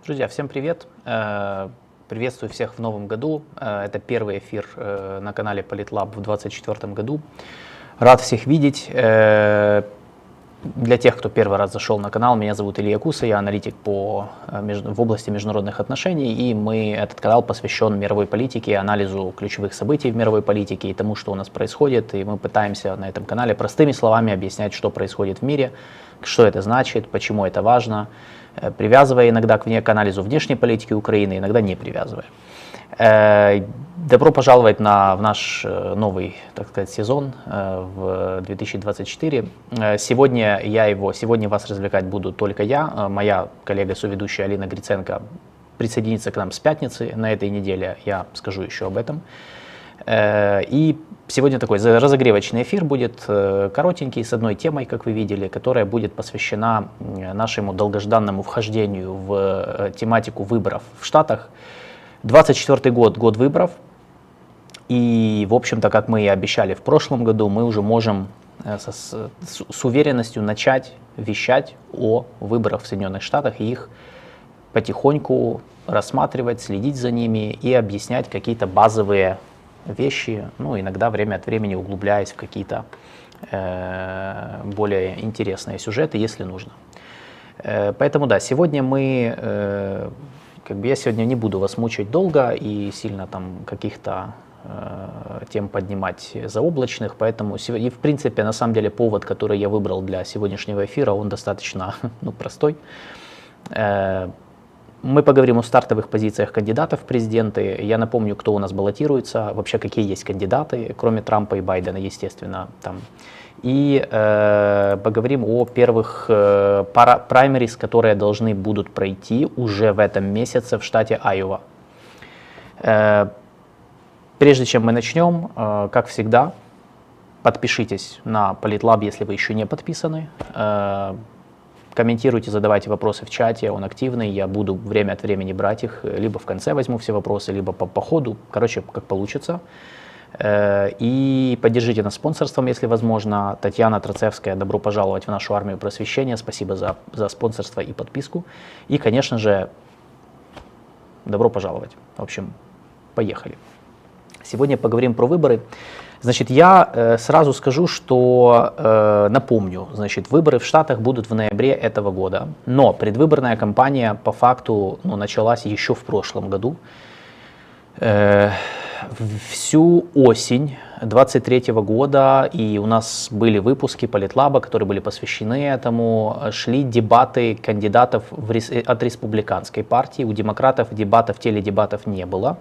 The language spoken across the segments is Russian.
Друзья, всем привет! Приветствую всех в новом году. Это первый эфир на канале PolitLab в 2024 году. Рад всех видеть. Для тех, кто первый раз зашел на канал, меня зовут Илья Куса, я аналитик в области международных отношений, и этот канал посвящен мировой политике, анализу ключевых событий в мировой политике и тому, что у нас происходит, и мы пытаемся на этом канале простыми словами объяснять, что происходит в мире, что это значит, почему это важно, привязывая иногда к анализу внешней политики Украины, иногда не привязывая. Добро пожаловать в наш новый, так сказать, сезон в 2024. Сегодня вас развлекать буду только я. Моя коллега-соведущая Алина Гриценко присоединится к нам с пятницы на этой неделе. Я скажу еще об этом. И сегодня такой разогревочный эфир будет, коротенький, с одной темой, как вы видели, которая будет посвящена нашему долгожданному вхождению в тематику выборов в Штатах. 24 год, год выборов, и, в общем-то, как мы и обещали в прошлом году, мы уже можем с уверенностью начать вещать о выборах в Соединенных Штатах и их потихоньку рассматривать, следить за ними и объяснять какие-то базовые вещи, иногда время от времени углубляясь в какие-то более интересные сюжеты, если нужно. Поэтому да, сегодня я сегодня не буду вас мучить долго и сильно там каких-то тем поднимать заоблачных, поэтому и в принципе на самом деле повод, который я выбрал для сегодняшнего эфира, он достаточно простой. Мы поговорим о стартовых позициях кандидатов в президенты. Я напомню, кто у нас баллотируется, вообще какие есть кандидаты, кроме Трампа и Байдена, естественно, там. И поговорим о первых праймерис, которые должны будут пройти уже в этом месяце в штате Айова. Прежде чем мы начнем, как всегда, подпишитесь на PolitLab, если вы еще не подписаны. Комментируйте, задавайте вопросы в чате, он активный, я буду время от времени брать их, либо в конце возьму все вопросы, либо по ходу, короче, как получится. И поддержите нас спонсорством, если возможно. Татьяна Троцевская, добро пожаловать в нашу армию просвещения, спасибо за спонсорство и подписку. И, конечно же, добро пожаловать. В общем, поехали. Сегодня поговорим про выборы. Значит, я сразу скажу, что напомню, значит, выборы в Штатах будут в ноябре этого года, но предвыборная кампания по факту началась еще в прошлом году. Всю осень 2023 года, и у нас были выпуски PolitLab, которые были посвящены этому, шли дебаты кандидатов от республиканской партии. У демократов теледебатов не было.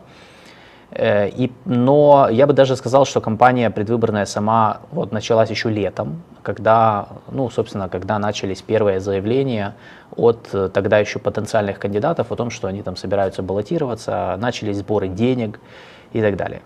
Но я бы даже сказал, что кампания предвыборная сама началась еще летом, когда начались первые заявления от тогда еще потенциальных кандидатов о том, что они там собираются баллотироваться, начались сборы денег и так далее.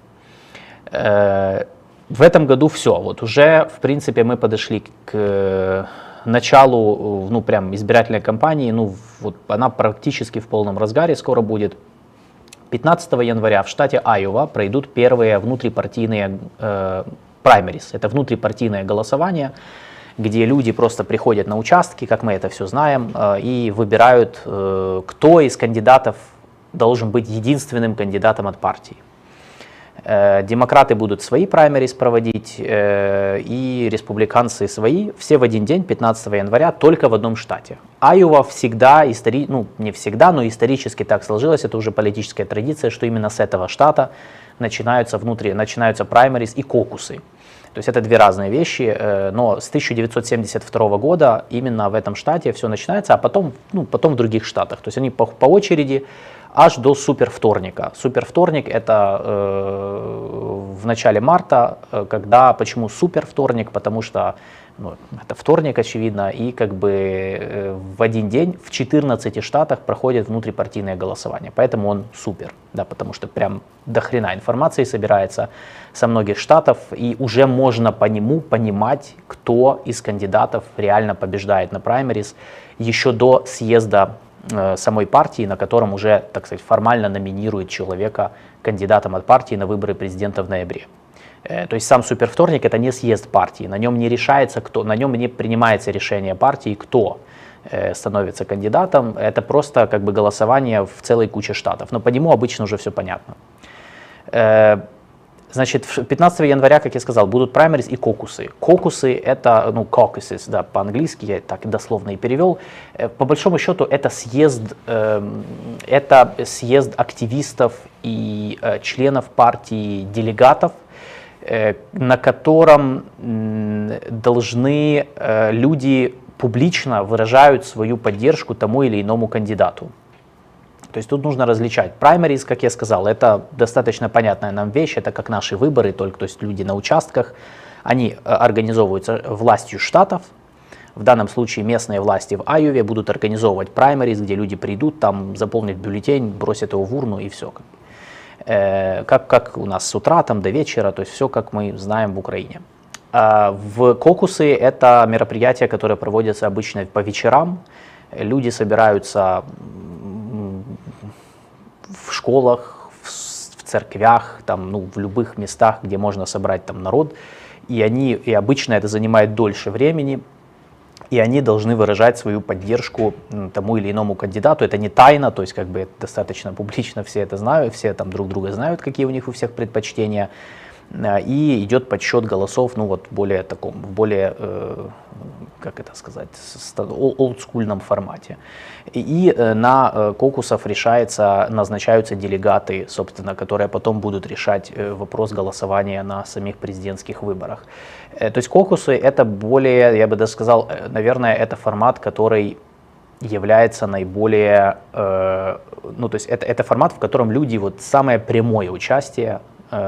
В этом году все, уже в принципе мы подошли к началу избирательной кампании, она практически в полном разгаре скоро будет. 15 января в штате Айова пройдут первые внутрипартийные праймерис. Это внутрипартийное голосование, где люди просто приходят на участки, как мы это все знаем, и выбирают, кто из кандидатов должен быть единственным кандидатом от партии. Демократы будут свои праймерис проводить, и республиканцы свои, все в один день, 15 января, только в одном штате. Айова всегда, не всегда, но исторически так сложилось, это уже политическая традиция, что именно с этого штата начинаются праймерис и кокусы. То есть это две разные вещи, но с 1972 года именно в этом штате все начинается, а потом в других штатах. То есть они по очереди аж до супервторника. Супервторник это в начале марта, почему супервторник, потому что это вторник, очевидно, и в один день в 14 штатах проходит внутрипартийное голосование, поэтому он супер, да, потому что прям до хрена информации собирается со многих штатов, и уже можно по нему понимать, кто из кандидатов реально побеждает на праймерис еще до съезда самой партии, на котором уже, так сказать, формально номинирует человека кандидатом от партии на выборы президента в ноябре. То есть сам супервторник это не съезд партии, на нем не решается на нем не принимается решение партии, кто становится кандидатом. Это просто как бы голосование в целой куче штатов. Но по нему обычно уже все понятно. Значит, 15 января, как я сказал, будут праймерис и кокусы. Кокусы — это, ну, caucuses, да, по-английски, я так дословно и перевел. По большому счету, это съезд активистов и членов партии, делегатов, на котором должны люди публично выражают свою поддержку тому или иному кандидату. То есть тут нужно различать. Праймерис, как я сказал, это достаточно понятная нам вещь, это как наши выборы, только то есть люди на участках, они организовываются властью штатов. В данном случае местные власти в Айове будут организовывать праймерис, где люди придут, там заполнят бюллетень, бросят его в урну и все. Как у нас с утра там, до вечера, то есть все, как мы знаем в Украине. В кокусы это мероприятия, которые проводятся обычно по вечерам. Люди собираются в школах, в церквях, там, ну, в любых местах, где можно собрать там народ, и обычно это занимает дольше времени, и они должны выражать свою поддержку тому или иному кандидату. Это не тайна, то есть как бы достаточно публично все это знают, все там друг друга знают, какие у них у всех предпочтения. И идет подсчет голосов, ну вот более таком, в более, как это сказать, олдскульном формате. И на кокусах назначаются делегаты, собственно, которые потом будут решать вопрос голосования на самих президентских выборах. То есть кокусы это более, я бы даже сказал, наверное, это формат, который является наиболее, ну то есть это формат, в котором люди, вот самое прямое участие,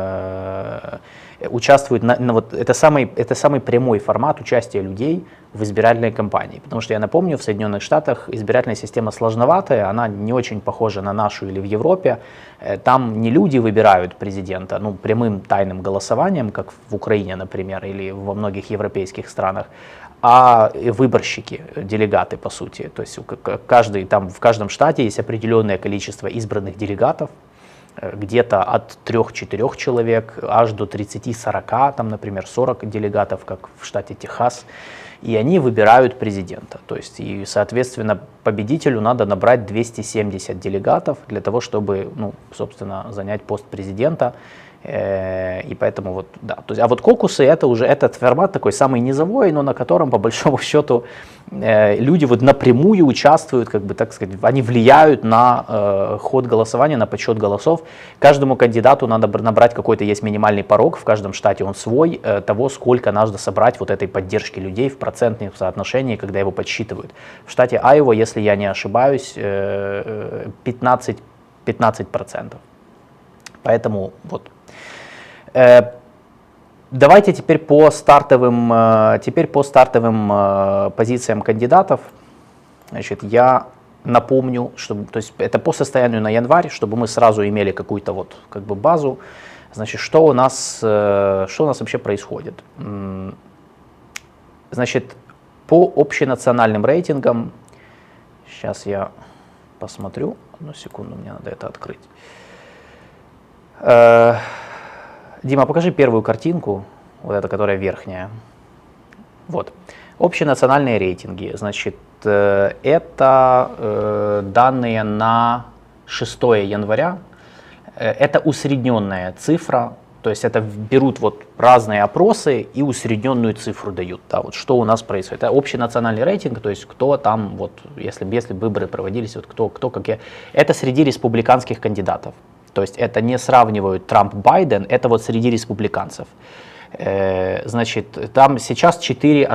участвуют вот это самый прямой формат участия людей в избирательной кампании. Потому что я напомню, в Соединенных Штатах избирательная система сложноватая, она не очень похожа на нашу или в Европе. Там не люди выбирают президента, ну, прямым тайным голосованием, как в Украине, например, или во многих европейских странах, а выборщики, делегаты, по сути. То есть в каждом штате есть определенное количество избранных делегатов, где-то от 3-4 человек аж до 30-40, там, например, 40 делегатов, как в штате Техас, и они выбирают президента. То есть, и, соответственно, победителю надо набрать 270 делегатов для того, чтобы, ну, собственно, занять пост президента. И поэтому вот, да. То есть, а вот кокусы — это уже этот формат такой самый низовой, но на котором, по большому счету, люди вот напрямую участвуют, как бы, так сказать, они влияют на ход голосования, на подсчет голосов. Каждому кандидату надо набрать какой-то есть минимальный порог, в каждом штате он свой, того, сколько надо собрать вот этой поддержки людей в процентном соотношении, когда его подсчитывают. В штате Айова, если я не ошибаюсь, 15%. Поэтому вот. Давайте теперь по стартовым позициям кандидатов. Значит, я напомню, что, то есть это по состоянию на январь, чтобы мы сразу имели какую-то вот как бы базу. Значит, что у нас вообще происходит? Значит, по общенациональным рейтингам, сейчас я посмотрю, одну секунду, мне надо это открыть. Дима, покажи первую картинку, вот эта, которая верхняя. Вот. Общенациональные рейтинги. Значит, это данные на 6 января. Это усредненная цифра, то есть это берут вот разные опросы и усредненную цифру дают. Да, вот что у нас происходит. Это общенациональный рейтинг, то есть кто там, вот, если выборы проводились, вот кто какие. Это среди республиканских кандидатов. То есть это не сравнивают Трамп-Байден, это вот среди республиканцев. Значит, там сейчас 5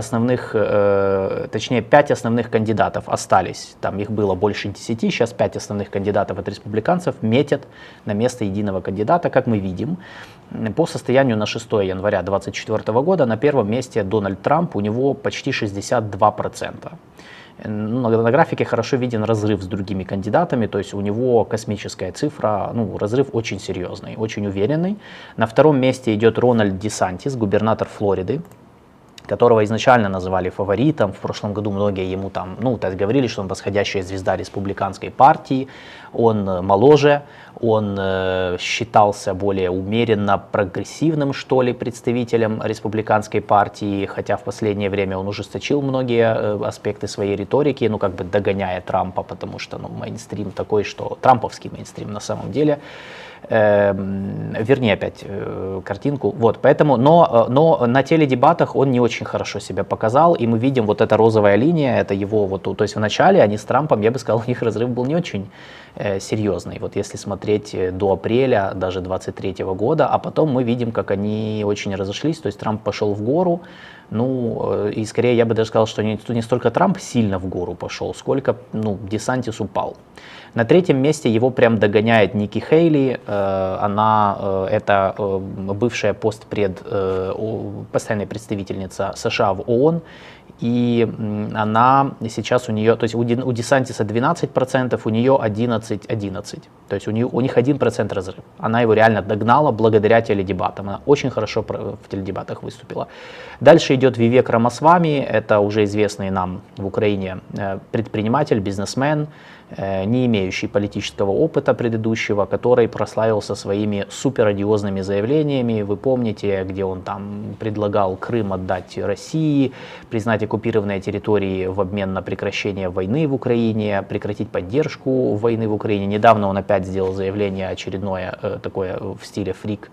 основных кандидатов остались. Там их было больше 10, сейчас 5 основных кандидатов от республиканцев метят на место единого кандидата, как мы видим. По состоянию на 6 января 2024 года на первом месте Дональд Трамп, у него почти 62%. На графике хорошо виден разрыв с другими кандидатами, то есть у него космическая цифра, ну, разрыв очень серьезный, очень уверенный. На втором месте идет Рональд Десантис, губернатор Флориды. которого изначально называли фаворитом. В прошлом году многие ему там, ну, так говорили, что он восходящая звезда республиканской партии. Он моложе, он считался более умеренно прогрессивным, что ли, представителем республиканской партии, хотя в последнее время он ужесточил многие аспекты своей риторики, ну, как бы догоняя Трампа, потому что, ну, мейнстрим такой, что трамповский мейнстрим на самом деле. Верни опять картинку. Вот, поэтому, но на теледебатах он не очень хорошо себя показал, и мы видим вот эта розовая линия, это его, вот, то есть в начале они с Трампом, я бы сказал, у них разрыв был не очень серьезный. Вот если смотреть до апреля даже 23 года, а потом мы видим, как они очень разошлись, то есть Трамп пошел в гору, ну, и скорее я бы даже сказал, что не столько Трамп сильно в гору пошел, сколько, ну, Десантис упал. На третьем месте его прям догоняет Ники Хейли, она это бывшая постоянная представительница США в ООН, и она сейчас у нее, то есть у Десантиса 12%, у нее 11, то есть у них 1% разрыв. Она его реально догнала благодаря теледебатам, она очень хорошо в теледебатах выступила. Дальше идет Вивек Рамасвами, это уже известный нам в Украине предприниматель, бизнесмен, не имеющий политического опыта предыдущего, который прославился своими суперодиозными заявлениями. Вы помните, где он там предлагал Крым отдать России, признать оккупированные территории в обмен на прекращение войны в Украине, прекратить поддержку войны в Украине. Недавно он опять сделал заявление очередное, такое в стиле фрик,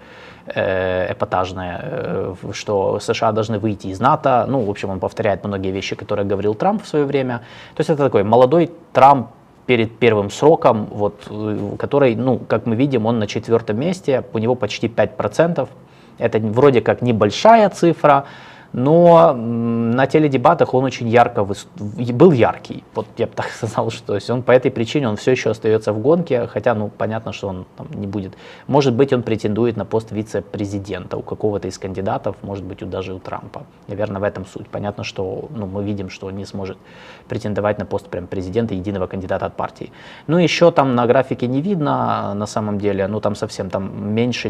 эпатажное, что США должны выйти из НАТО. Ну, в общем, он повторяет многие вещи, которые говорил Трамп в свое время. То есть это такой молодой Трамп перед первым сроком, вот, который, ну, как мы видим, он на 4-м месте, у него почти 5%. Это вроде как небольшая цифра, но на теледебатах он очень ярко был яркий. Вот я бы так сказал, что есть он по этой причине он все еще остается в гонке, хотя, ну, понятно, что он там не будет. Может быть, он претендует на пост вице-президента у какого-то из кандидатов, может быть, даже у Трампа. Наверное, в этом суть. Понятно, что, ну, мы видим, что он не сможет претендовать на пост прям президента, единого кандидата от партии. Ну, еще там на графике не видно, на самом деле, ну, там совсем там меньше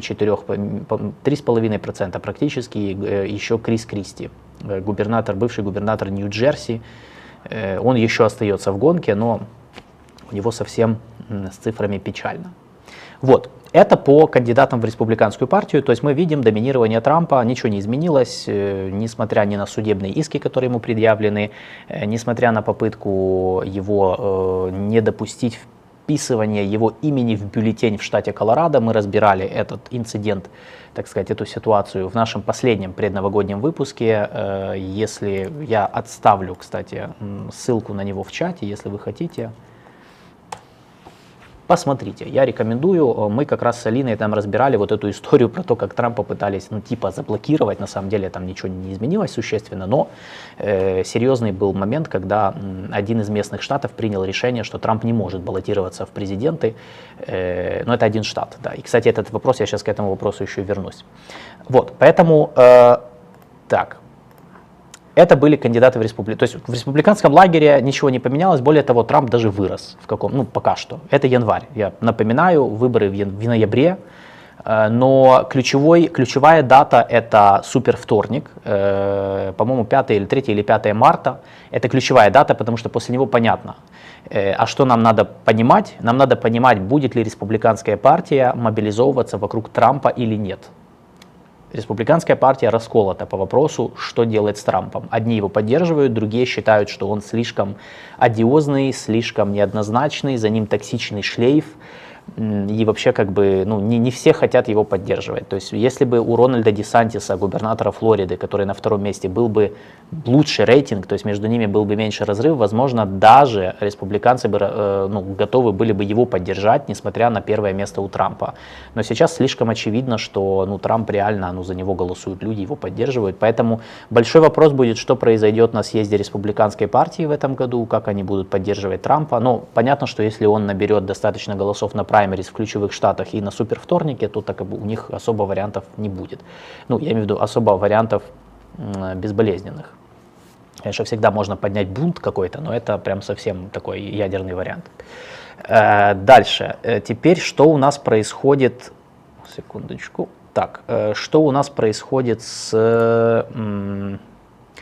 3,5% практически, еще Крис Кристи, бывший губернатор Нью-Джерси, он еще остается в гонке, но у него совсем с цифрами печально. Вот, это по кандидатам в республиканскую партию, то есть мы видим доминирование Трампа, ничего не изменилось, несмотря ни на судебные иски, которые ему предъявлены, несмотря на попытку его не допустить вписывания его имени в бюллетень в штате Колорадо. Мы разбирали этот инцидент, так сказать, эту ситуацию в нашем последнем предновогоднем выпуске. Если я отставлю, кстати, ссылку на него в чате, если вы хотите, посмотрите, я рекомендую. Мы как раз с Алиной там разбирали вот эту историю про то, как Трампа пытались, ну, типа заблокировать. На самом деле там ничего не изменилось существенно, но серьезный был момент, когда один из местных штатов принял решение, что Трамп не может баллотироваться в президенты. Но это один штат, да. И, кстати, этот вопрос, я сейчас к этому вопросу еще вернусь. Вот, поэтому, так. Это были кандидаты в республику. То есть в республиканском лагере ничего не поменялось. Более того, Трамп даже вырос в каком, ну, пока что. Это январь. Я напоминаю, выборы в ноябре. Но ключевая дата это супервторник, по-моему, 5 или 3 или 5 марта. Это ключевая дата, потому что после него понятно. А что нам надо понимать? Нам надо понимать, будет ли республиканская партия мобилизовываться вокруг Трампа или нет. Республиканская партия расколота по вопросу, что делать с Трампом. Одни его поддерживают, другие считают, что он слишком одиозный, слишком неоднозначный, за ним токсичный шлейф. И вообще, как бы, ну, не все хотят его поддерживать. То есть, если бы у Рональда Десантиса, губернатора Флориды, который на 2-м месте, был бы лучший рейтинг, то есть между ними был бы меньше разрыв, возможно, даже республиканцы бы, готовы были бы его поддержать, несмотря на 1-е место у Трампа. Но сейчас слишком очевидно, что, ну, Трамп реально, ну, за него голосуют люди, его поддерживают. Поэтому большой вопрос будет, что произойдет на съезде республиканской партии в этом году, как они будут поддерживать Трампа. Но понятно, что если он наберет достаточно голосов на праймерис в ключевых штатах и на супервторнике, то так, у них особо вариантов не будет. Ну, я имею в виду особо вариантов безболезненных. Конечно, всегда можно поднять бунт какой-то, но это прям совсем такой ядерный вариант. Дальше. Теперь, что у нас происходит... Секундочку. Так, что у нас происходит с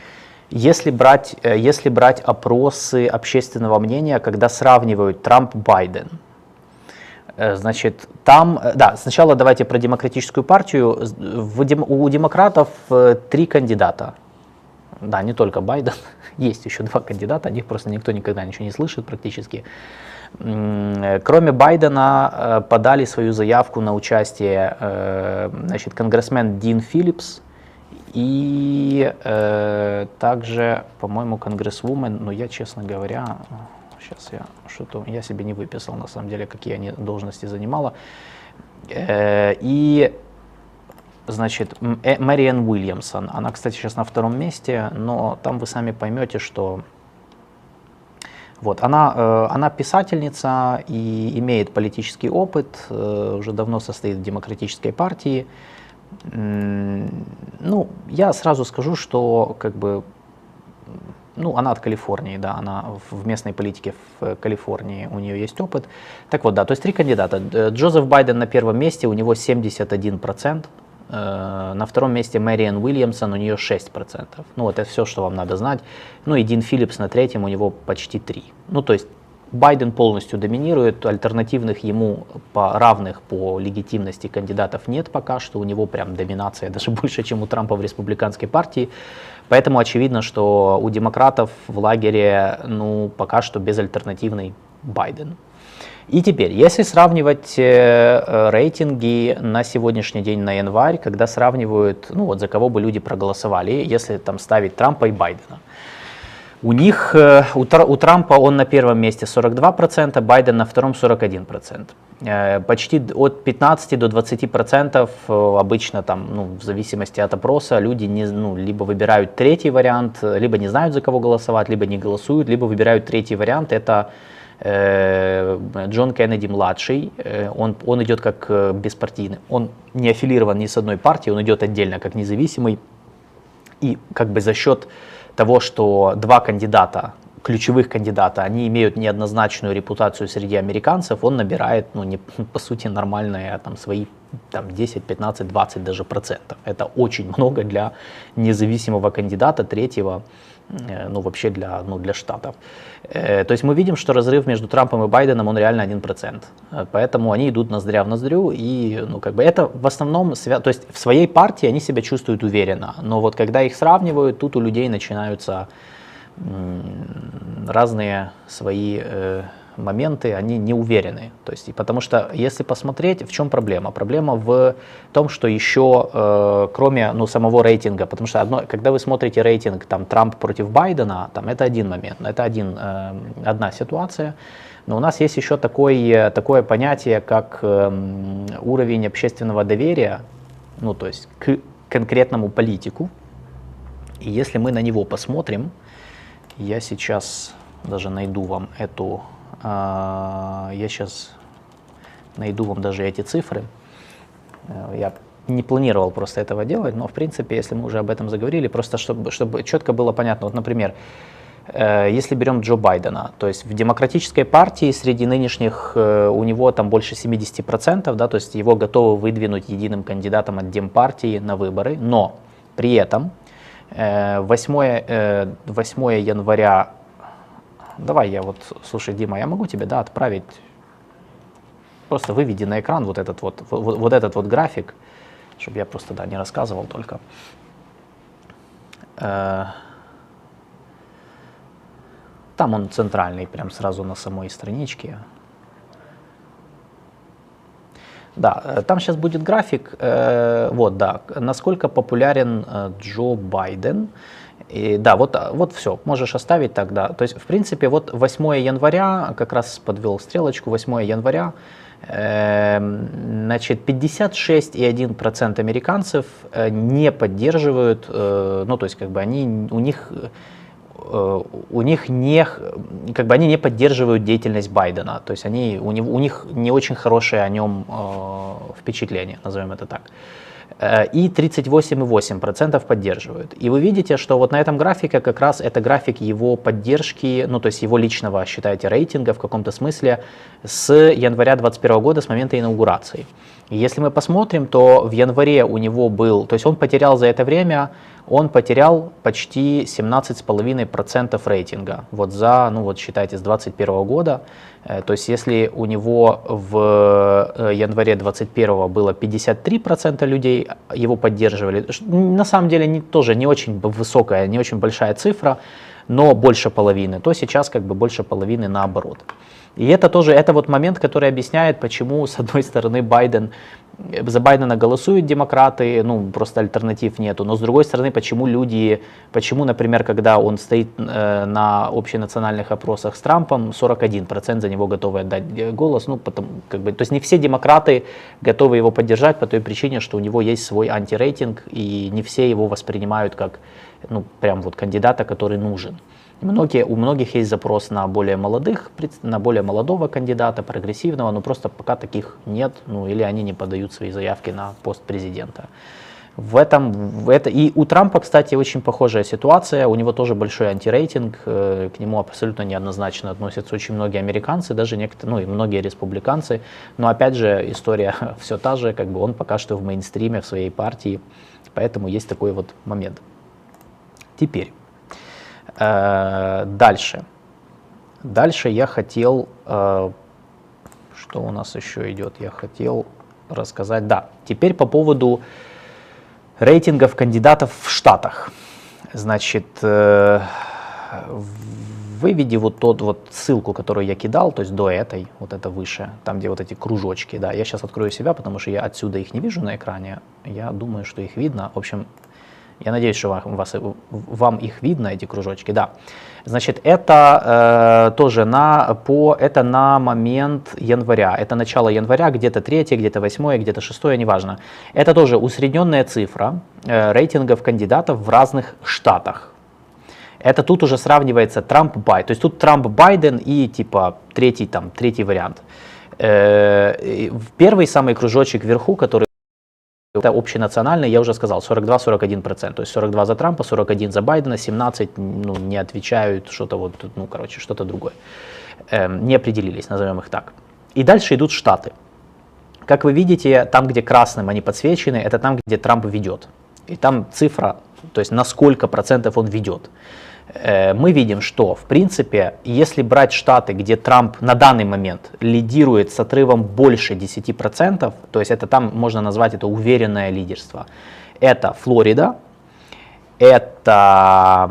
Если брать опросы общественного мнения, когда сравнивают Трамп-Байден, значит, там, да, сначала давайте про демократическую партию. У демократов 3 кандидата. Да, не только Байден, есть еще 2 кандидата, о них просто никто никогда ничего не слышит практически. Кроме Байдена подали свою заявку на участие, значит, конгрессмен Дин Филлипс и также, по-моему, конгрессвумен, но я, честно говоря, сейчас я себе не выписал, на самом деле, какие они должности занимала. И, значит, Мэриэн Уильямсон, она, кстати, сейчас на 2-м месте, но там вы сами поймете, что вот, она писательница и имеет политический опыт, уже давно состоит в демократической партии. Ну, я сразу скажу, что как бы, ну, она от Калифорнии, да, она в местной политике в Калифорнии, у нее есть опыт. Так вот, да, то есть 3 кандидата. Джозеф Байден на 1-м месте, у него 71%. На 2-м месте Мэриэн Уильямсон, у нее 6%. Ну, вот это все, что вам надо знать. Ну, и Дин Филлипс на 3-м, у него почти 3%. Ну, то есть Байден полностью доминирует, альтернативных ему равных по легитимности кандидатов нет пока что, у него прям доминация даже больше, чем у Трампа в республиканской партии. Поэтому очевидно, что у демократов в лагере, ну, пока что безальтернативный Байден. И теперь, если сравнивать рейтинги на сегодняшний день, на январь, когда сравнивают, ну вот за кого бы люди проголосовали, если там ставить Трампа и Байдена. У них, у Трампа он на 1-м месте 42%, Байден на 2-м 41%. Почти от 15 до 20% обычно там, ну, в зависимости от опроса, люди либо выбирают 3-й вариант, либо не знают, за кого голосовать, либо не голосуют, либо выбирают 3-й вариант, это Джон Кеннеди младший, он идет как беспартийный, он не аффилирован ни с одной партией, он идет отдельно как независимый, и как бы за счет того, что 2 кандидата, ключевых кандидата, они имеют неоднозначную репутацию среди американцев, он набирает, ну, не, по сути, нормальные там, свои там, 10, 15, 20 даже процентов. Это очень много для независимого кандидата, 3-го, ну, вообще для штатов. То есть мы видим, что разрыв между Трампом и Байденом, он реально 1%. Поэтому они идут ноздря в ноздрю, и, ну, как бы это в основном, то есть в своей партии они себя чувствуют уверенно, но вот когда их сравнивают, тут у людей начинаются разные свои моменты, они не уверены. То есть, потому что, если посмотреть, в чем проблема? Проблема в том, что еще, кроме, ну, самого рейтинга, потому что когда вы смотрите рейтинг там, Трамп против Байдена, там, это один момент, это одна ситуация. Но у нас есть еще такое понятие, как уровень общественного доверия, ну, то есть к конкретному политику. И если мы на него посмотрим, я сейчас даже найду вам даже эти цифры. Я не планировал просто этого делать, но в принципе, если мы уже об этом заговорили, просто чтобы четко было понятно. Вот, например, если берем Джо Байдена, то есть в демократической партии среди нынешних у него там больше 70%, да, то есть его готовы выдвинуть единым кандидатом от Демпартии на выборы, но при этом 8 января, давай я вот, слушай, Дима, я могу тебе, да, отправить, просто выведи на экран вот этот вот график, чтобы я просто, да, не рассказывал только. Там он центральный, прям сразу на самой страничке. Да, там сейчас будет график, вот, да, насколько популярен Джо Байден. И, да, вот все, можешь оставить тогда. То есть, в принципе, вот 8 января, как раз подвел стрелочку, 8 января, значит, 56,1% американцев не поддерживают, ну, то есть, как бы у них не, как бы они не поддерживают деятельность Байдена, то есть у них не очень хорошее о нем впечатление, назовем это так. И 38,8% поддерживают. И вы видите, что вот на этом графике как раз это график его поддержки, ну то есть его личного, считайте, рейтинга в каком-то смысле с января 2021 года, с момента инаугурации. И если мы посмотрим, то в январе у него был, то есть он потерял за это время он потерял почти 17,5% рейтинга. Вот за, ну вот считайте, с 2021 года. То есть если у него в январе 2021 было 53% людей его поддерживали, на самом деле тоже не очень высокая, не очень большая цифра, но больше половины, то сейчас как бы больше половины наоборот. И это тоже, это вот момент, который объясняет, почему, с одной стороны, за Байдена голосуют демократы, ну, просто альтернатив нету, но с другой стороны, почему, например, когда он стоит на общенациональных опросах с Трампом, 41% за него готовы отдать голос, ну, потом, как бы, то есть не все демократы готовы его поддержать по той причине, что у него есть свой антирейтинг, и не все его воспринимают как, ну, прям вот кандидата, который нужен. У многих есть запрос на более молодого кандидата, прогрессивного, но просто пока таких нет, ну или они не подают свои заявки на пост президента. И у Трампа, кстати, очень похожая ситуация, у него тоже большой антирейтинг, к нему абсолютно неоднозначно относятся очень многие американцы, даже некоторые, ну и многие республиканцы, но опять же история все та же, как бы он пока что в мейнстриме, в своей партии, поэтому есть такой вот момент. Теперь. Дальше я хотел, что у нас еще идет, я хотел рассказать, да, теперь по поводу рейтингов кандидатов в Штатах. Значит, выведи вот тот вот ссылку, которую я кидал, то есть до этой, вот это выше, там где вот эти кружочки, да, я сейчас открою себя, потому что я отсюда их не вижу на экране, я думаю, что их видно, в общем, я надеюсь, что вам их видно, эти кружочки, да. Значит, это тоже это на момент января, это начало января, где-то 3, где-то 8, где-то 6, неважно. Это тоже усредненная цифра рейтингов кандидатов в разных штатах. Это тут уже сравнивается Трамп-Байден, то есть тут Трамп-Байден и типа третий вариант. Первый самый кружочек вверху, который это общенациональный, я уже сказал, 42-41%, то есть 42 за Трампа, 41 за Байдена, 17 ну, не отвечают, что-то вот, ну, короче, что-то другое. Не определились, назовем их так. И дальше идут штаты. Как вы видите, там, где красным они подсвечены, это там, где Трамп ведет. И там цифра, то есть на сколько процентов он ведет. Мы видим, что, в принципе, если брать штаты, где Трамп на данный момент лидирует с отрывом больше 10%, то есть это там можно назвать это уверенное лидерство, это Флорида, это,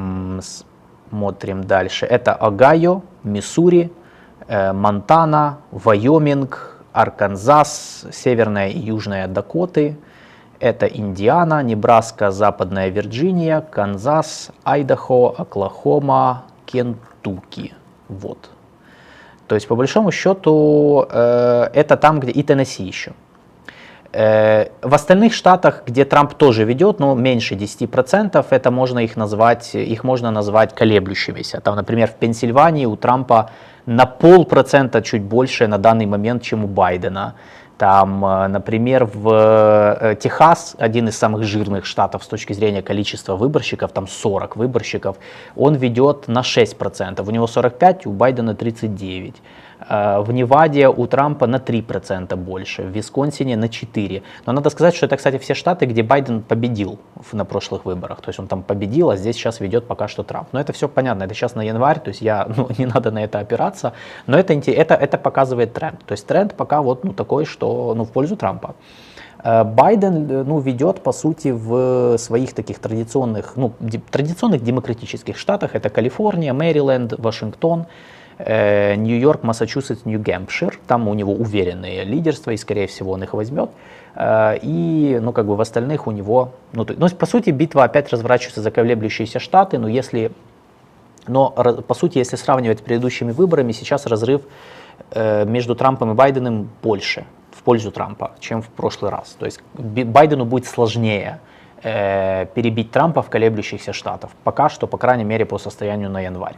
смотрим дальше, это Огайо, Миссури, Монтана, Вайоминг, Арканзас, Северная и Южная Дакоты, это Индиана, Небраска, Западная Вирджиния, Канзас, Айдахо, Оклахома, Кентукки. Вот. То есть, по большому счету, это там, где и Теннесси еще. В остальных штатах, где Трамп тоже ведет, но меньше 10%, это их можно назвать колеблющимися. Там, например, в Пенсильвании у Трампа на 0,5% чуть больше на данный момент, чем у Байдена. Там, например, в Техас, один из самых жирных штатов с точки зрения количества выборщиков, там 40 выборщиков, он ведет на 6%, у него 45%, у Байдена 39%. В Неваде у Трампа на 3% больше, в Висконсине на 4%. Но надо сказать, что это, кстати, все штаты, где Байден победил на прошлых выборах. То есть он там победил, а здесь сейчас ведет пока что Трамп. Но это все понятно, это сейчас на январь, то есть не надо на это опираться. Но это показывает тренд. То есть тренд пока вот такой, что в пользу Трампа. Байден ведет, по сути, в своих таких традиционных демократических штатах. Это Калифорния, Мэриленд, Вашингтон, Нью-Йорк, Массачусетс, Нью-Гэмпшир, там у него уверенное лидерство, и, скорее всего, он их возьмет. И, в остальных у него, по сути, битва опять разворачивается за колеблющиеся штаты, но, по сути, если сравнивать с предыдущими выборами, сейчас разрыв между Трампом и Байденом больше, в пользу Трампа, чем в прошлый раз. То есть Байдену будет сложнее перебить Трампа в колеблющихся штатах, пока что, по крайней мере, по состоянию на январь.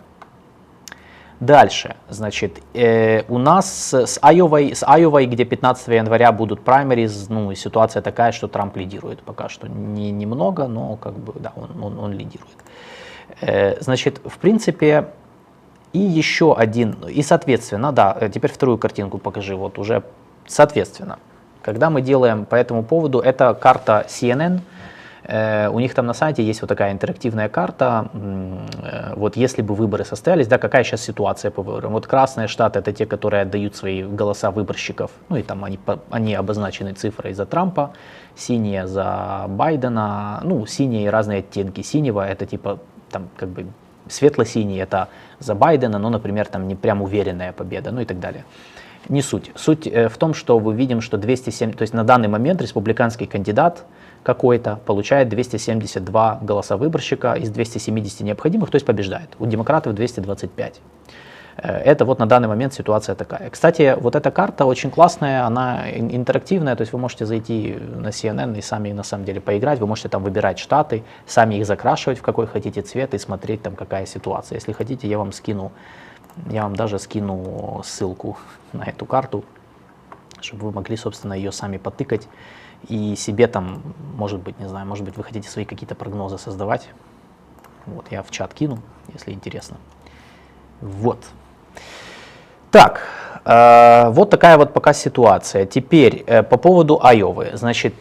Дальше, значит, у нас с Айовой, где 15 января будут праймериз, ситуация такая, что Трамп лидирует пока что. Немного, но да, он лидирует. Значит, в принципе, и еще один, и соответственно, да, теперь вторую картинку покажи, вот уже соответственно. Когда мы делаем по этому поводу, это карта CNN, У них там на сайте есть вот такая интерактивная карта. Вот если бы выборы состоялись, да, какая сейчас ситуация по выборам? Вот красные штаты — это те, которые отдают свои голоса выборщиков, ну и там они обозначены цифрой за Трампа, синие за Байдена, ну синие разные оттенки синего, это типа там как бы светло-синий — это за Байдена, но, например, там не прям уверенная победа, ну и так далее. Не суть. Суть в том, что мы видим, что 207, то есть на данный момент республиканский кандидат какой-то получает 272 голоса выборщика из 270 необходимых, то есть побеждает. У демократов 225. Это вот на данный момент ситуация такая. Кстати, вот эта карта очень классная, она интерактивная, то есть вы можете зайти на CNN и сами на самом деле поиграть, вы можете там выбирать штаты, сами их закрашивать в какой хотите цвет и смотреть там какая ситуация. Если хотите, я вам даже скину ссылку на эту карту, чтобы вы могли, собственно, ее сами потыкать и себе там, может быть, не знаю, может быть, вы хотите свои какие-то прогнозы создавать. Вот, я в чат кину, если интересно. Вот. Так, вот такая вот пока ситуация. Теперь по поводу Айовы. Значит,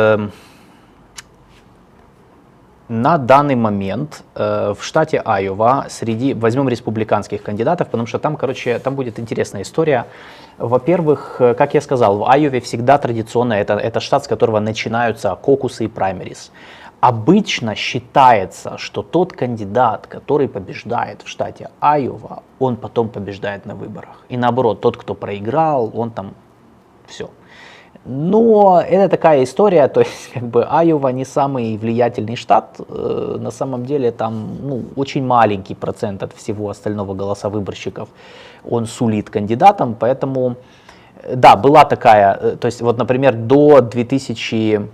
на данный момент в штате Айова возьмем республиканских кандидатов, потому что там, короче, там будет интересная история. Во-первых, как я сказал, в Айове всегда традиционно, это штат, с которого начинаются кокусы и праймерис. Обычно считается, что тот кандидат, который побеждает в штате Айова, он потом побеждает на выборах. И наоборот, тот, кто проиграл, он там все. Но это такая история, то есть как бы Айова не самый влиятельный штат, на самом деле там очень маленький процент от всего остального голоса выборщиков он сулит кандидатам, поэтому да, была такая, то есть вот, например, до 2020,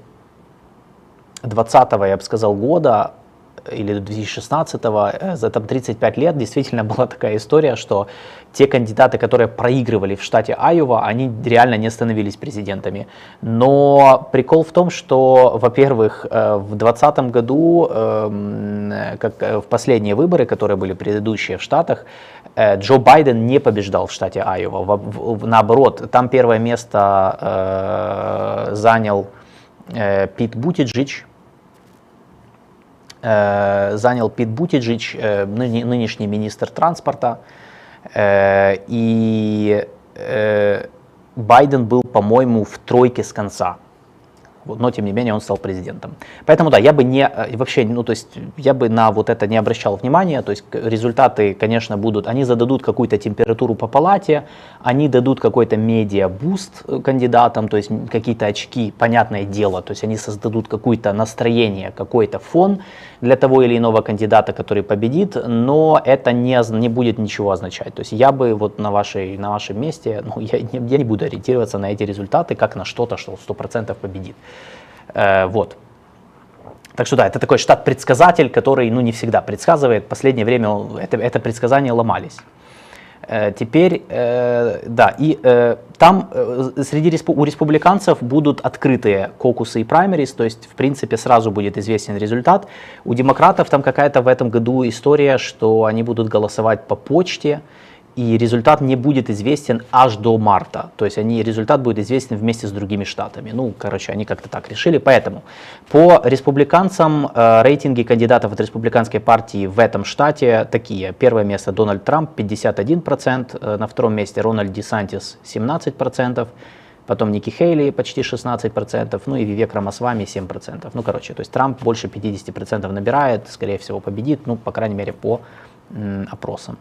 я бы сказал, года, или до 2016-го, за там 35 лет действительно была такая история, что те кандидаты, которые проигрывали в штате Айова, они реально не становились президентами. Но прикол в том, что, во-первых, в 2020 году, как в последние выборы, которые были предыдущие в Штатах, Джо Байден не побеждал в штате Айова. Наоборот, там первое место занял Пит Бутиджич, нынешний министр транспорта, и Байден был, по-моему, в тройке с конца. Но, тем не менее, он стал президентом. Поэтому, да, я бы я бы на вот это не обращал внимания. То есть результаты, конечно, будут, они зададут какую-то температуру по палате, они дадут какой-то медиа-буст кандидатам, то есть какие-то очки, понятное дело, то есть они создадут какое-то настроение, какой-то фон для того или иного кандидата, который победит, но это не будет ничего означать. То есть я бы вот на вашем месте, я не буду ориентироваться на эти результаты, как на что-то, что 100% победит. Вот. Так что да, это такой штат-предсказатель, который не всегда предсказывает. В последнее время это предсказания ломались. Теперь, да, и там у республиканцев будут открытые кокусы и праймерис, то есть, в принципе, сразу будет известен результат. У демократов там какая-то в этом году история, что они будут голосовать по почте, и результат не будет известен аж до марта. То есть результат будет известен вместе с другими штатами. Они как-то так решили. Поэтому по республиканцам рейтинги кандидатов от республиканской партии в этом штате такие. Первое место Дональд Трамп 51%, на втором месте Рональд Десантис 17%, потом Ники Хейли почти 16%, и Вивек Рамасвами 7%. То есть Трамп больше 50% набирает, скорее всего победит, по крайней мере по опросам.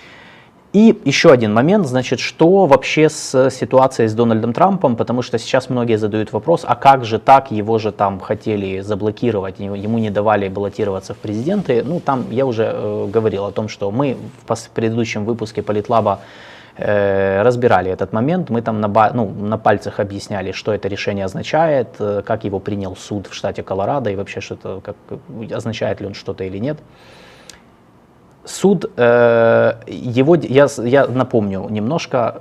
И еще один момент, значит, что вообще с ситуацией с Дональдом Трампом, потому что сейчас многие задают вопрос, а как же так, его же там хотели заблокировать, ему не давали баллотироваться в президенты. Там я уже говорил о том, что мы в предыдущем выпуске Политлаба разбирали этот момент, мы там на пальцах объясняли, что это решение означает, как его принял суд в штате Колорадо и вообще означает ли он что-то или нет. Суд, я напомню немножко,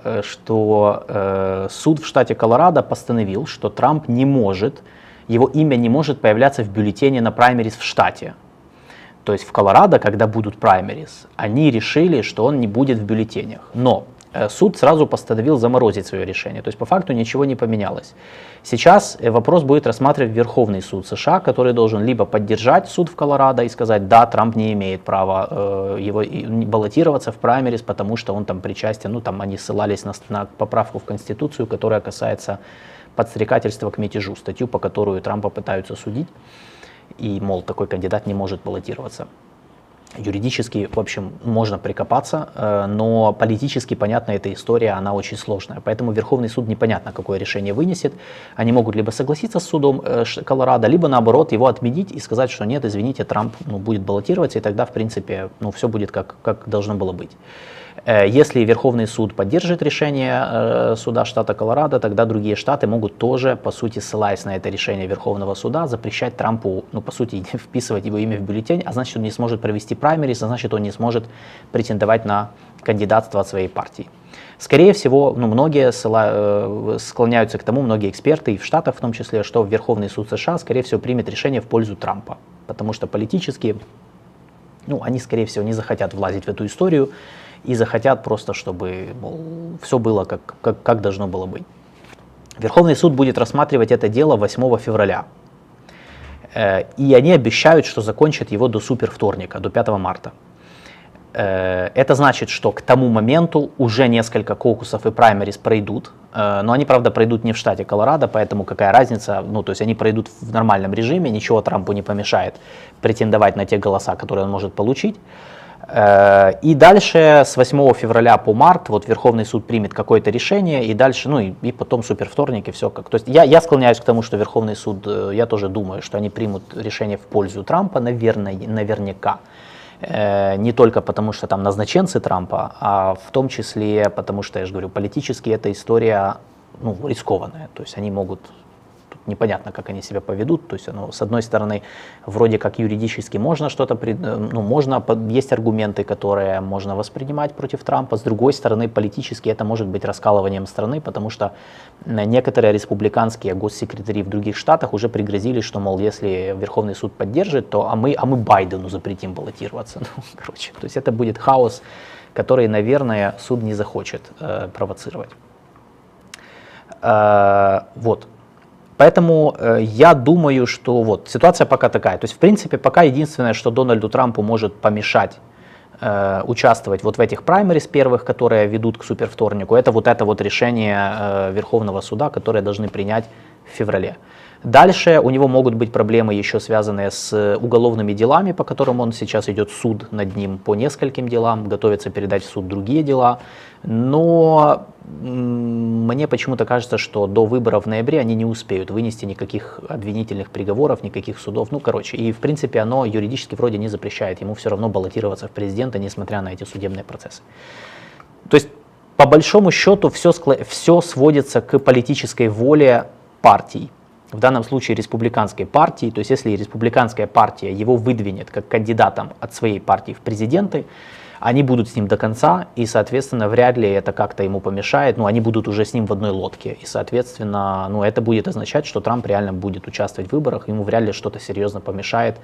что суд в штате Колорадо постановил, что Трамп его имя не может появляться в бюллетене на праймерис в штате. То есть в Колорадо, когда будут праймерис, они решили, что он не будет в бюллетенях. Но суд сразу постановил заморозить свое решение. То есть по факту ничего не поменялось. Сейчас вопрос будет рассматривать Верховный суд США, который должен либо поддержать суд в Колорадо и сказать, да, Трамп не имеет права баллотироваться в праймерис, потому что он там причастен, ну там они ссылались на поправку в Конституцию, которая касается подстрекательства к мятежу, статью, по которую Трампа пытаются судить, и, мол, такой кандидат не может баллотироваться. Юридически, в общем, можно прикопаться, но политически, понятно, эта история, она очень сложная. Поэтому Верховный суд непонятно, какое решение вынесет. Они могут либо согласиться с судом Колорадо, либо наоборот его отменить и сказать, что нет, извините, Трамп будет баллотироваться, и тогда, в принципе, все будет как должно было быть. Если Верховный суд поддержит решение суда штата Колорадо, тогда другие штаты могут тоже, по сути, ссылаясь на это решение Верховного суда, запрещать Трампу, по сути, вписывать его имя в бюллетень, а значит, он не сможет провести праймерис, а значит, он не сможет претендовать на кандидатство от своей партии. Скорее всего, многие склоняются к тому, многие эксперты, и в Штатах в том числе, что Верховный суд США, скорее всего, примет решение в пользу Трампа, потому что политически, они, скорее всего, не захотят влазить в эту историю, и захотят просто, чтобы все было как должно было быть. Верховный суд будет рассматривать это дело 8 февраля. И они обещают, что закончат его до супервторника, до 5 марта. Это значит, что к тому моменту уже несколько кокусов и праймерис пройдут, но они, правда, пройдут не в штате Колорадо, поэтому какая разница, то есть они пройдут в нормальном режиме, ничего Трампу не помешает претендовать на те голоса, которые он может получить. И дальше с 8 февраля по март Верховный суд примет какое-то решение, и дальше, и потом супервторник, и все как. То есть я склоняюсь к тому, что Верховный суд, я тоже думаю, что они примут решение в пользу Трампа, наверняка. Не только потому, что там назначенцы Трампа, а в том числе потому, что, я же говорю, политически эта история рискованная. То есть они могут... Непонятно, как они себя поведут, то есть, с одной стороны, вроде как юридически можно что-то, есть аргументы, которые можно воспринимать против Трампа, с другой стороны, политически это может быть раскалыванием страны, потому что некоторые республиканские госсекретари в других штатах уже пригрозили, что, мол, если Верховный суд поддержит, то а мы Байдену запретим баллотироваться. То есть это будет хаос, который, наверное, суд не захочет провоцировать. Поэтому я думаю, что ситуация пока такая. То есть, в принципе, пока единственное, что Дональду Трампу может помешать участвовать в этих праймерис первых, которые ведут к супервторнику, это решение Верховного суда, которое должны принять в феврале. Дальше у него могут быть проблемы еще связанные с уголовными делами, по которым он сейчас идет суд над ним по нескольким делам, готовится передать в суд другие дела. Но мне почему-то кажется, что до выборов в ноябре они не успеют вынести никаких обвинительных приговоров, никаких судов. И в принципе оно юридически вроде не запрещает ему все равно баллотироваться в президента, несмотря на эти судебные процессы. То есть по большому счету все сводится к политической воле партий. В данном случае республиканской партии, то есть если республиканская партия его выдвинет как кандидатом от своей партии в президенты, они будут с ним до конца, и, соответственно, вряд ли это как-то ему помешает, они будут уже с ним в одной лодке, и, соответственно, это будет означать, что Трамп реально будет участвовать в выборах, ему вряд ли что-то серьезно помешает,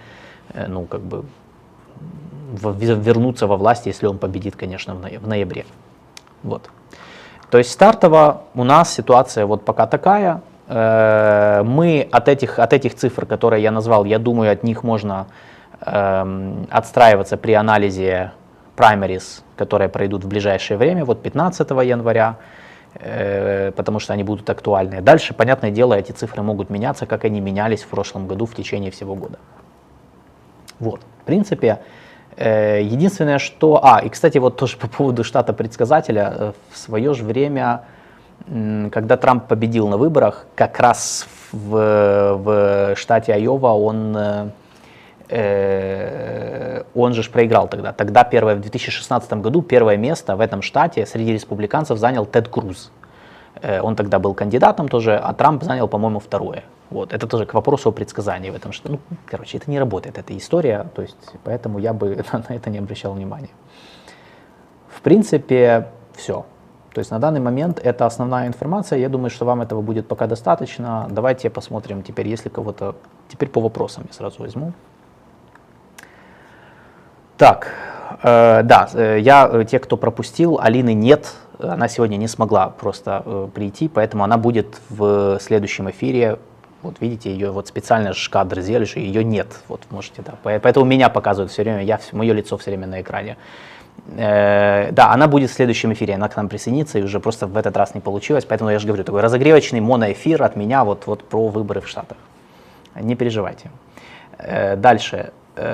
вернуться во власть, если он победит, конечно, в ноябре. То есть стартово у нас ситуация пока такая. Мы от этих цифр, которые я назвал, я думаю, от них можно отстраиваться при анализе праймерис, которые пройдут в ближайшее время, 15 января, потому что они будут актуальны. Дальше, понятное дело, эти цифры могут меняться, как они менялись в прошлом году в течение всего года. В принципе, единственное, что... и, кстати, тоже по поводу штата предсказателя, в свое же время... Когда Трамп победил на выборах, как раз в штате Айова он же проиграл тогда. Тогда в 2016 году первое место в этом штате среди республиканцев занял Тед Круз. Он тогда был кандидатом тоже, а Трамп занял, по-моему, второе. Это тоже к вопросу о предсказании в этом, что, это не работает, эта история, то есть, поэтому я бы на это не обращал внимания. В принципе, все. То есть на данный момент это основная информация. Я думаю, что вам этого будет пока достаточно. Давайте посмотрим теперь, если кого-то... Теперь по вопросам я сразу возьму. Так, те, кто пропустил, Алины нет она сегодня не смогла просто прийти, поэтому она будет в следующем эфире. Вот видите, ее вот специально кадр сделали, что ее нет. Вот можете, да. Поэтому меня показывают все время, мое лицо все время на экране. Да, она будет в следующем эфире, она к нам присоединится, и уже просто в этот раз не получилось, поэтому я же говорю, такой разогревочный моноэфир от меня вот про выборы в Штатах. Не переживайте. Дальше.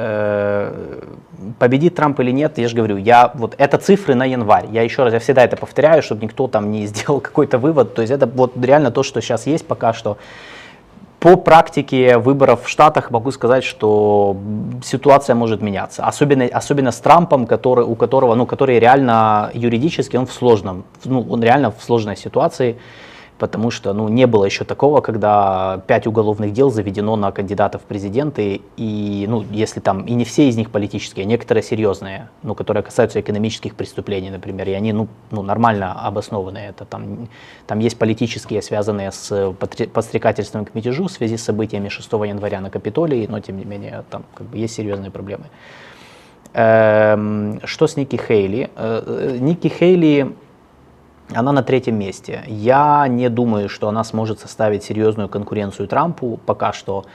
Победит Трамп или нет, я же говорю, вот это цифры на январь. Я всегда это повторяю, чтобы никто там не сделал какой-то вывод. То есть это вот реально то, что сейчас есть пока что. По практике выборов в Штатах могу сказать, что ситуация может меняться. Особенно с Трампом, который реально юридически он реально в сложной ситуации. Потому что не было еще такого, когда 5 уголовных дел заведено на кандидатов в президенты, и если там, и не все из них политические, а некоторые серьезные, которые касаются экономических преступлений, например, и они нормально обоснованы. Это там есть политические, связанные с подстрекательством к мятежу в связи с событиями 6 января на Капитолии, но тем не менее там есть серьезные проблемы. Что с Никки Хейли? Никки Хейли, она на 3-м месте. Я не думаю, что она сможет составить серьезную конкуренцию Трампу пока что.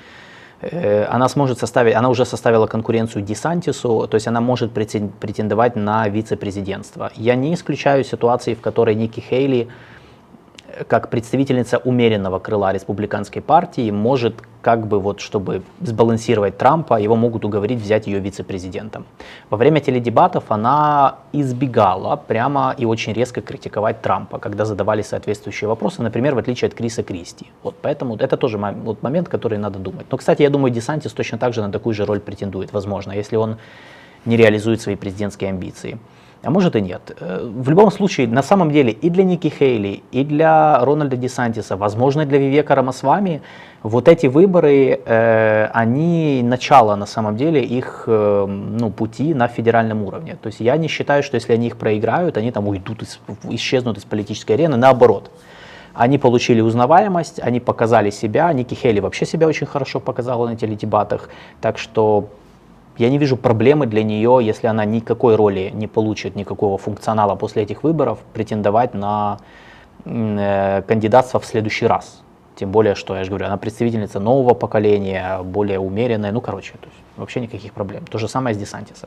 Она уже составила конкуренцию Десантису, то есть она может претендовать на вице-президентство. Я не исключаю ситуации, в которой Никки Хейли, как представительница умеренного крыла республиканской партии, может чтобы сбалансировать Трампа, его могут уговорить взять ее вице-президентом. Во время теледебатов она избегала прямо и очень резко критиковать Трампа, когда задавали соответствующие вопросы, например, в отличие от Криса Кристи. Поэтому это тоже момент, который надо думать. Но, кстати, я думаю, Десантис точно так же на такую же роль претендует, возможно, если он не реализует свои президентские амбиции. А может и нет. В любом случае, на самом деле, и для Никки Хейли, и для Рональда Десантиса, возможно, для Вивека Рамасвами, вот эти выборы, они начало, на самом деле, их пути на федеральном уровне. То есть я не считаю, что если они их проиграют, они там исчезнут из политической арены. Наоборот, они получили узнаваемость, они показали себя. Никки Хейли вообще себя очень хорошо показала на теледебатах. Так что я не вижу проблемы для нее, если она никакой роли не получит, никакого функционала после этих выборов, претендовать на кандидатство в следующий раз. Тем более, что, я же говорю, она представительница нового поколения, более умеренная, то есть вообще никаких проблем. То же самое с Десантисом.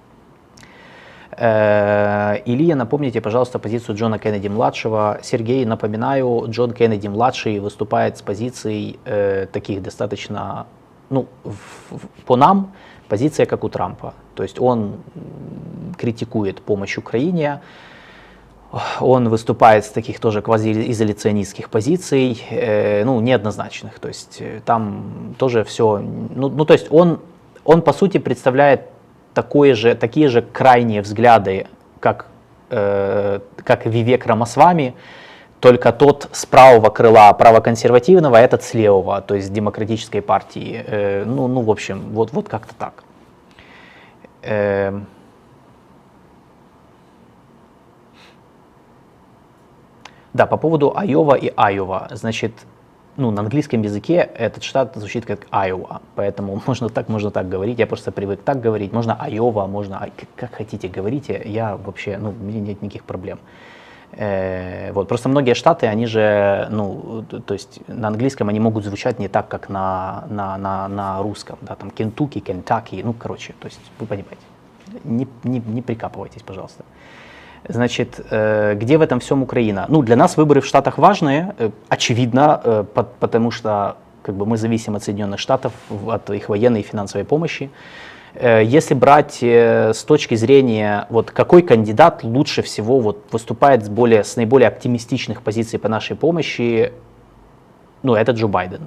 Илья, напомните, пожалуйста, позицию Джона Кеннеди-младшего. Сергей, напоминаю, Джон Кеннеди-младший выступает с позиций таких достаточно, по нам, позиция как у Трампа. То есть он критикует помощь Украине, он выступает с таких тоже квазиизоляционистских позиций, неоднозначных. То есть там тоже все, то есть он по сути представляет такие же крайние взгляды, как Вивек Рамасвами, только тот с правого крыла правоконсервативного, а этот с левого, то есть демократической партии. В общем, вот как-то так. Да, по поводу Айова и Айова. Значит, на английском языке этот штат звучит как Айова, поэтому можно так говорить. Я просто привык так говорить. Можно Айова, можно как хотите говорите. Я вообще, мне нет никаких проблем. Просто многие штаты, они же, то есть на английском они могут звучать не так, как на русском, да, там Кентукки, Кентаки, то есть вы понимаете, не прикапывайтесь, пожалуйста. Значит, где в этом всем Украина? Для нас выборы в Штатах важные, очевидно, потому что мы зависим от Соединенных Штатов, от их военной и финансовой помощи. Если брать с точки зрения, какой кандидат лучше всего выступает с наиболее оптимистичных позиций по нашей помощи, это Джо Байден.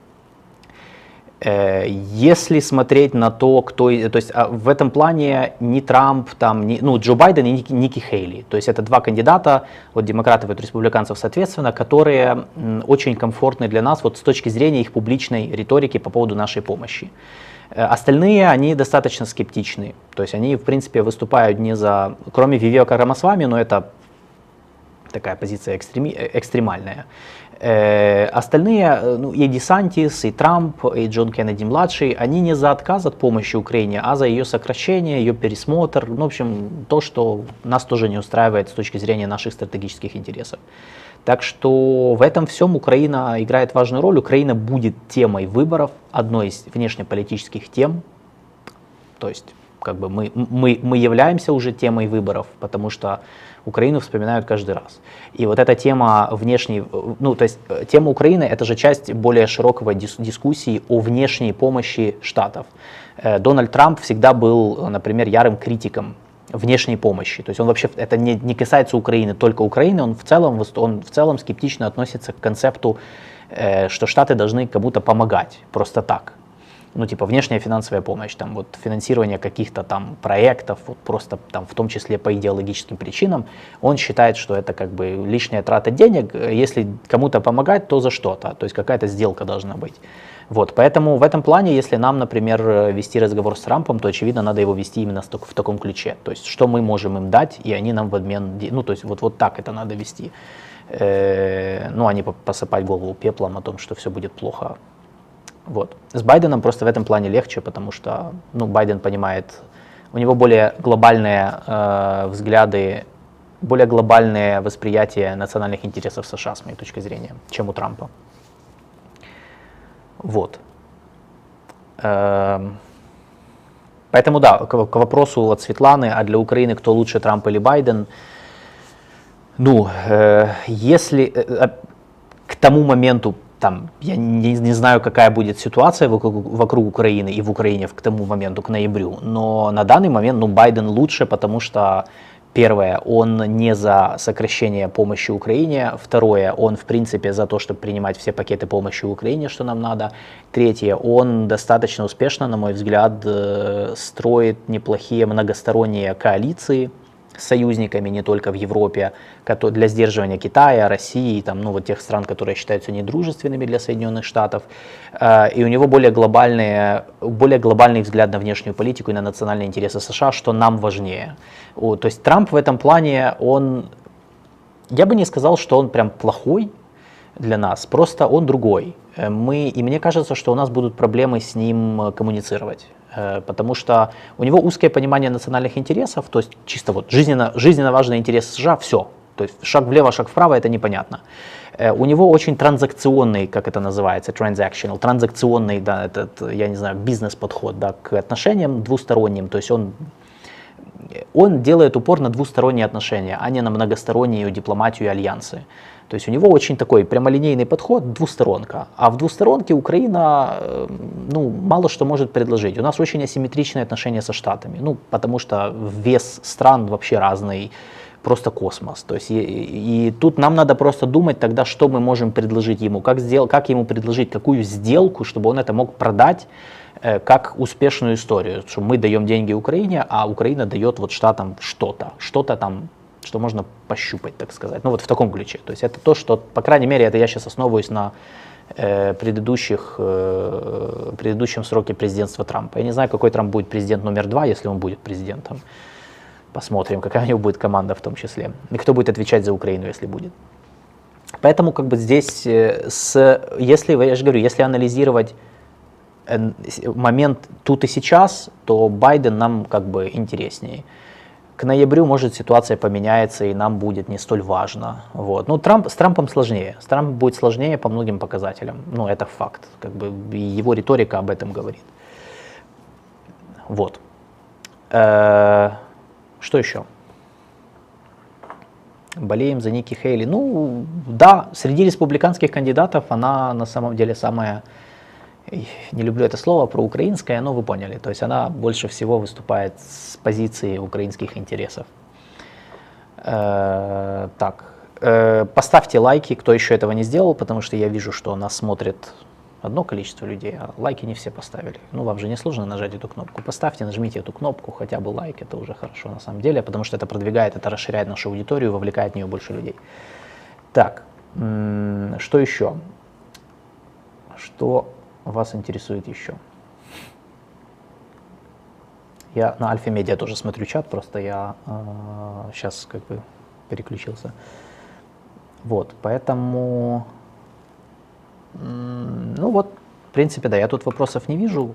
Если смотреть на то, то есть в этом плане ни Трамп, Джо Байден и Никки Хейли, то есть это два кандидата, демократов и республиканцев соответственно, которые очень комфортны для нас с точки зрения их публичной риторики по поводу нашей помощи. Остальные, они достаточно скептичны, то есть они, в принципе, выступают не за, кроме Вивека Рамасвами, но это такая позиция экстремальная. Остальные, ну, и Десантис, и Трамп, и Джон Кеннеди-младший, они не за отказ от помощи Украине, а за ее сокращение, ее пересмотр, ну, в общем, то, что нас тоже не устраивает с точки зрения наших стратегических интересов. Так что в этом всем Украина играет важную роль. Украина будет темой выборов, одной из внешнеполитических тем. То есть как бы мы являемся уже темой выборов, потому что Украину вспоминают каждый раз. И вот эта тема внешней, ну то есть тема Украины это же часть более широкого дискуссии о внешней помощи Штатов. Дональд Трамп всегда был, например, ярым критиком внешней помощи. То есть он вообще, это не касается Украины, только Украины, он в целом скептично относится к концепту, что Штаты должны кому-то помогать просто так. Ну, типа внешняя финансовая помощь, там вот финансирование каких-то там проектов, вот просто там в том числе по идеологическим причинам, он считает, что это как бы лишняя трата денег, если кому-то помогать, то за что-то, то есть какая-то сделка должна быть. Вот, поэтому в этом плане, если нам, например, вести разговор с Трампом, то, очевидно, надо его вести именно в таком ключе. То есть, что мы можем им дать, и они нам в обмен, ну, то есть, вот так это надо вести. Ну, а не посыпать голову пеплом о том, что все будет плохо. Вот. С Байденом просто в этом плане легче, потому что, ну, Байден понимает, у него более глобальные взгляды, более глобальное восприятие национальных интересов США, с моей точки зрения, чем у Трампа. Вот. Поэтому да, к вопросу от Светланы, а для Украины кто лучше, Трамп или Байден? Ну, если к тому моменту, там, я не знаю, какая будет ситуация вокруг Украины и в Украине к тому моменту, к ноябрю, но на данный момент, ну, Байден лучше, потому что первое, он не за сокращение помощи Украине. Второе, он в принципе за то, чтобы принимать все пакеты помощи Украине, что нам надо. Третье, он достаточно успешно, на мой взгляд, строит неплохие многосторонние коалиции с союзниками не только в Европе, для сдерживания Китая, России, там, ну, вот тех стран, которые считаются недружественными для Соединенных Штатов. И у него более глобальный взгляд на внешнюю политику и на национальные интересы США, что нам важнее. То есть Трамп в этом плане, я бы не сказал, что он прям плохой для нас, просто он другой. И мне кажется, что у нас будут проблемы с ним коммуницировать. Потому что у него узкое понимание национальных интересов, то есть чисто вот жизненно важные интересы США, все. То есть шаг влево, шаг вправо, это непонятно. У него очень транзакционный, как это называется, транзакционный, да, этот, я не знаю, бизнес-подход, да, к отношениям двусторонним. То есть он делает упор на двусторонние отношения, а не на многостороннюю дипломатию и альянсы. То есть у него очень такой прямолинейный подход, двусторонка. А в двусторонке Украина, ну, мало что может предложить. У нас очень асимметричные отношения со Штатами, ну, потому что вес стран вообще разный, просто космос. То есть и тут нам надо просто думать тогда, что мы можем предложить ему, как ему предложить какую сделку, чтобы он это мог продать как успешную историю, что мы даем деньги Украине, а Украина дает вот Штатам что-то там, что можно пощупать, так сказать. Ну вот в таком ключе. То есть это то, что, по крайней мере, это я сейчас основываюсь на предыдущем сроке президентства Трампа. Я не знаю, какой Трамп будет президент номер 2, если он будет президентом. Посмотрим, какая у него будет команда в том числе. И кто будет отвечать за Украину, если будет. Поэтому как бы здесь, я же говорю, если анализировать момент тут и сейчас, то Байден нам как бы интереснее. К ноябрю, может, ситуация поменяется, и нам будет не столь важно. Вот. Ну, с Трампом сложнее. С Трампом будет сложнее по многим показателям. Ну, это факт. Как бы, и его риторика об этом говорит. Вот. Что еще? Болеем за Ники Хейли. Ну, да, среди республиканских кандидатов она на самом деле самая, не люблю это слово, проукраинская, но вы поняли. То есть она больше всего выступает с позиции украинских интересов. Так, поставьте лайки, кто еще этого не сделал, потому что я вижу, что нас смотрит одно количество людей, а лайки не все поставили. Ну, вам же не сложно нажать эту кнопку. Поставьте, нажмите эту кнопку, хотя бы лайк, это уже хорошо на самом деле, потому что это продвигает, это расширяет нашу аудиторию, вовлекает в нее больше людей. Так, что еще? Что вас интересует еще? Я на Альфа Медиа тоже смотрю чат, просто я сейчас как бы переключился. Вот, поэтому Ну вот, в принципе, да, я тут вопросов не вижу.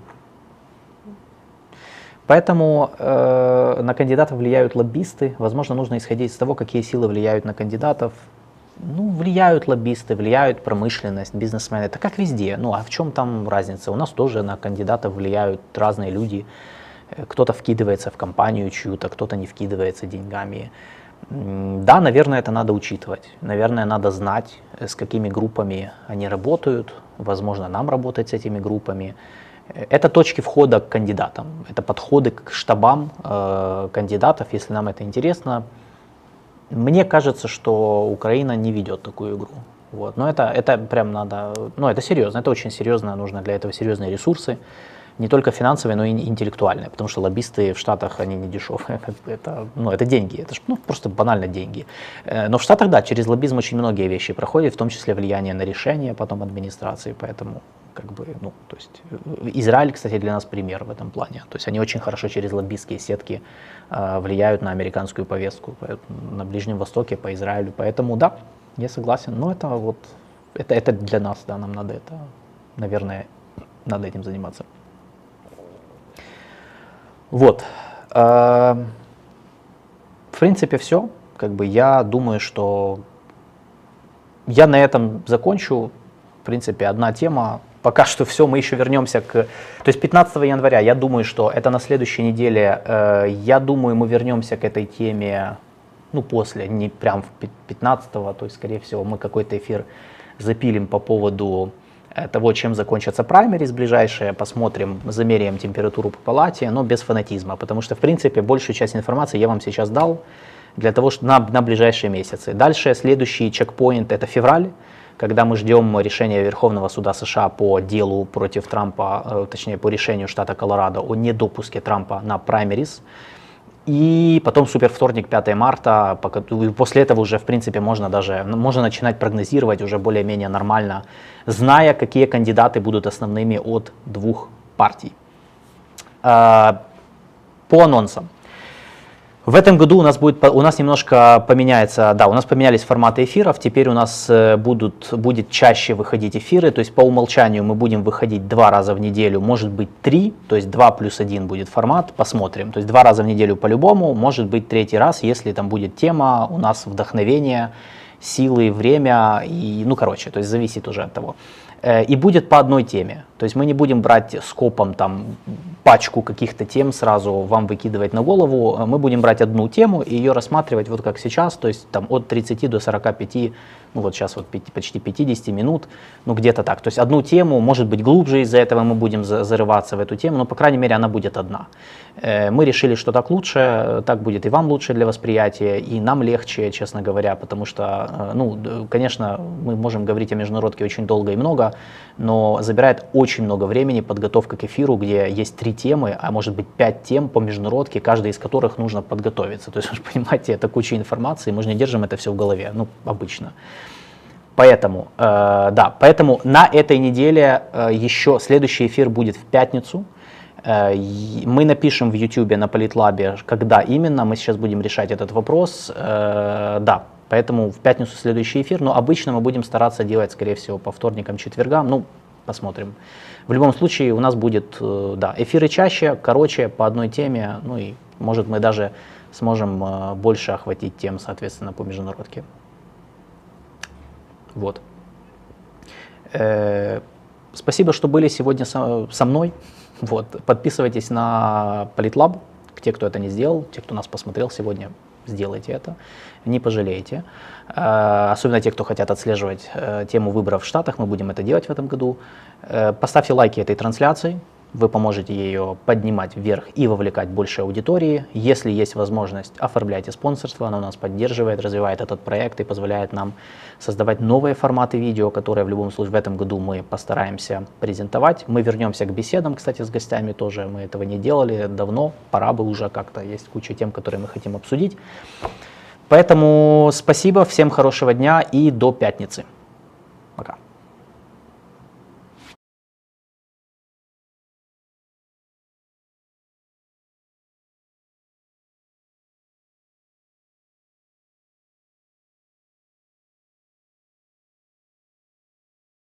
Поэтому на кандидатов влияют лоббисты. Возможно, нужно исходить из того, какие силы влияют на кандидатов. Ну, влияют лоббисты, влияют промышленность, бизнесмены. Это как везде. Ну, а в чем там разница? У нас тоже на кандидатов влияют разные люди. Кто-то вкидывается в компанию чью-то, кто-то не вкидывается деньгами. Да, наверное, это надо учитывать. Наверное, надо знать, с какими группами они работают. Возможно, нам работать с этими группами. Это точки входа к кандидатам. Это подходы к штабам кандидатов, если нам это интересно. Мне кажется, что Украина не ведет такую игру. Вот. Но это прям надо, ну это серьезно, это очень серьезно, нужно для этого серьезные ресурсы, не только финансовые, но и интеллектуальные, потому что лоббисты в Штатах, они не дешевые, это деньги, это просто банально деньги. Но в Штатах, да, через лоббизм очень многие вещи проходят, в том числе влияние на решения потом администрации, поэтому то есть Израиль, кстати, для нас пример в этом плане. То есть они очень хорошо через лоббистские сетки влияют на американскую повестку на Ближнем Востоке, по Израилю. Поэтому да, я согласен. Но это для нас, да, нам надо это, наверное, надо этим заниматься. Вот. В принципе, все. Я думаю, что я на этом закончу. В принципе, одна тема. Пока что все, мы еще вернемся к... То есть 15 января, я думаю, что это на следующей неделе, я думаю, мы вернемся к этой теме, после, не прям в 15-го, то есть, скорее всего, мы какой-то эфир запилим по поводу того, чем закончатся праймерис ближайшие, посмотрим, замеряем температуру по палате, но без фанатизма, потому что, в принципе, большую часть информации я вам сейчас дал для того, что на ближайшие месяцы. Дальше следующий чекпоинт — это февраль, когда мы ждем решения Верховного суда США по делу против Трампа, точнее по решению штата Колорадо о недопуске Трампа на праймерис. И потом супервторник, 5 марта, после этого уже, в принципе, можно начинать прогнозировать уже более-менее нормально, зная, какие кандидаты будут основными от двух партий. По анонсам. В этом году у нас немножко поменяется, да, у нас поменялись форматы эфиров, теперь у нас будет чаще выходить эфиры, то есть по умолчанию мы будем выходить 2 раза в неделю, может быть 3, то есть 2 плюс 1 будет формат, посмотрим, то есть 2 раза в неделю по-любому, может быть 3-й раз, если там будет тема, у нас вдохновение, силы, время, и, то есть зависит уже от того. И будет по одной теме, то есть мы не будем брать скопом там пачку каких-то тем сразу вам выкидывать на голову, мы будем брать одну тему и ее рассматривать вот как сейчас, то есть там от 30 до 45, сейчас почти 50 минут, где-то так. То есть одну тему, может быть глубже, из-за этого мы будем зарываться в эту тему, но по крайней мере она будет одна. Мы решили, что так лучше, так будет и вам лучше для восприятия, и нам легче, честно говоря, потому что, конечно, мы можем говорить о международке очень долго и много, но забирает очень много времени подготовка к эфиру, где есть 3 темы, а может быть 5 тем по международке, каждой из которых нужно подготовиться. То есть, вы же понимаете, это куча информации, мы же не держим это все в голове, обычно. Поэтому на этой неделе еще следующий эфир будет в пятницу. Мы напишем в YouTube на Политлабе, когда именно, мы сейчас будем решать этот вопрос. Да, поэтому в пятницу следующий эфир, но обычно мы будем стараться делать, скорее всего, по вторникам, четвергам, посмотрим. В любом случае у нас будет, эфиры чаще, короче, по одной теме, и может мы даже сможем больше охватить тем, соответственно, по международке. Вот. Спасибо, что были сегодня со мной. Вот. Подписывайтесь на Политлаб, те, кто это не сделал, те, кто нас посмотрел сегодня, сделайте это, не пожалеете. Особенно те, кто хотят отслеживать тему выборов в Штатах, мы будем это делать в этом году. Поставьте лайки этой трансляции, вы поможете ее поднимать вверх и вовлекать больше аудитории. Если есть возможность, оформляйте спонсорство, оно нас поддерживает, развивает этот проект и позволяет нам создавать новые форматы видео, которые в любом случае в этом году мы постараемся презентовать. Мы вернемся к беседам, кстати, с гостями тоже, мы этого не делали давно, пора бы уже как-то, есть куча тем, которые мы хотим обсудить. Поэтому спасибо, всем хорошего дня и до пятницы.